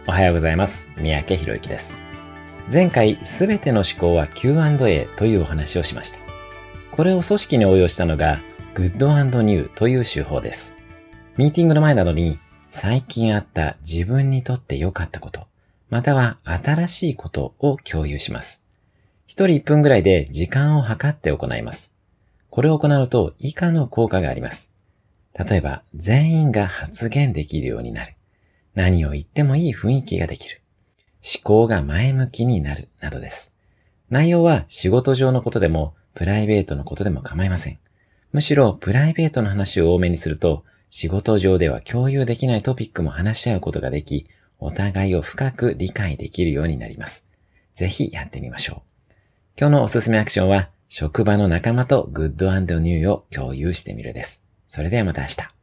おはようございます。三宅博之です。前回、すべての思考は Q&A というお話をしました。これを組織に応用したのが Good & New という手法です。ミーティングの前などに最近あった自分にとって良かったこと、または新しいことを共有します。一人1分ぐらいで時間を計って行います。これを行うと以下の効果があります。例えば、全員が発言できるようになる。何を言ってもいい雰囲気ができる。思考が前向きになるなどです。内容は仕事上のことでもプライベートのことでも構いません。むしろプライベートの話を多めにすると仕事上では共有できないトピックも話し合うことができ、お互いを深く理解できるようになります。ぜひやってみましょう。今日のおすすめアクションは職場の仲間とグッド&ニューを共有してみるです。それではまた明日。